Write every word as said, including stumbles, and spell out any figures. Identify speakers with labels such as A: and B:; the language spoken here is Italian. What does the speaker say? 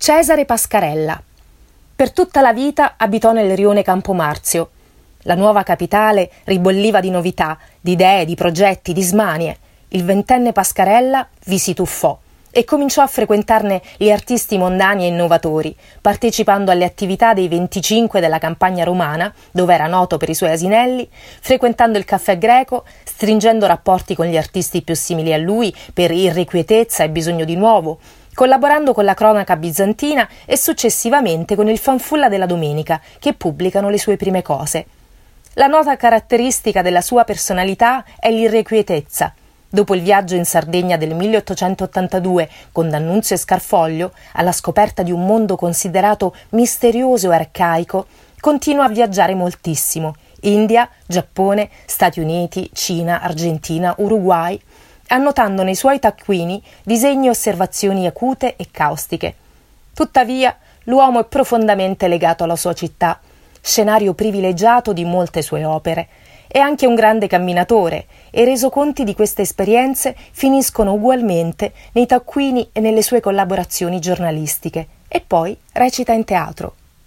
A: Cesare Pascarella. Per tutta la vita abitò nel rione Campomarzio. La nuova capitale ribolliva di novità, di idee, di progetti, di smanie. Il ventenne Pascarella vi si tuffò e cominciò a frequentarne gli artisti mondani e innovatori, partecipando alle attività dei venticinque della campagna romana, dove era noto per i suoi asinelli, frequentando il caffè greco, stringendo rapporti con gli artisti più simili a lui per irrequietezza e bisogno di nuovo, collaborando con la cronaca bizantina e successivamente con il Fanfulla della Domenica, che pubblicano le sue prime cose. La nota caratteristica della sua personalità è l'irrequietezza. Dopo il viaggio in Sardegna del milleottocentottantadue con D'Annunzio e Scarfoglio, alla scoperta di un mondo considerato misterioso e arcaico, continua a viaggiare moltissimo. India, Giappone, Stati Uniti, Cina, Argentina, Uruguay, annotando nei suoi taccuini disegni e osservazioni acute e caustiche. Tuttavia, l'uomo è profondamente legato alla sua città, scenario privilegiato di molte sue opere. È anche un grande camminatore e i resoconti di queste esperienze finiscono ugualmente nei taccuini e nelle sue collaborazioni giornalistiche. E poi recita in teatro.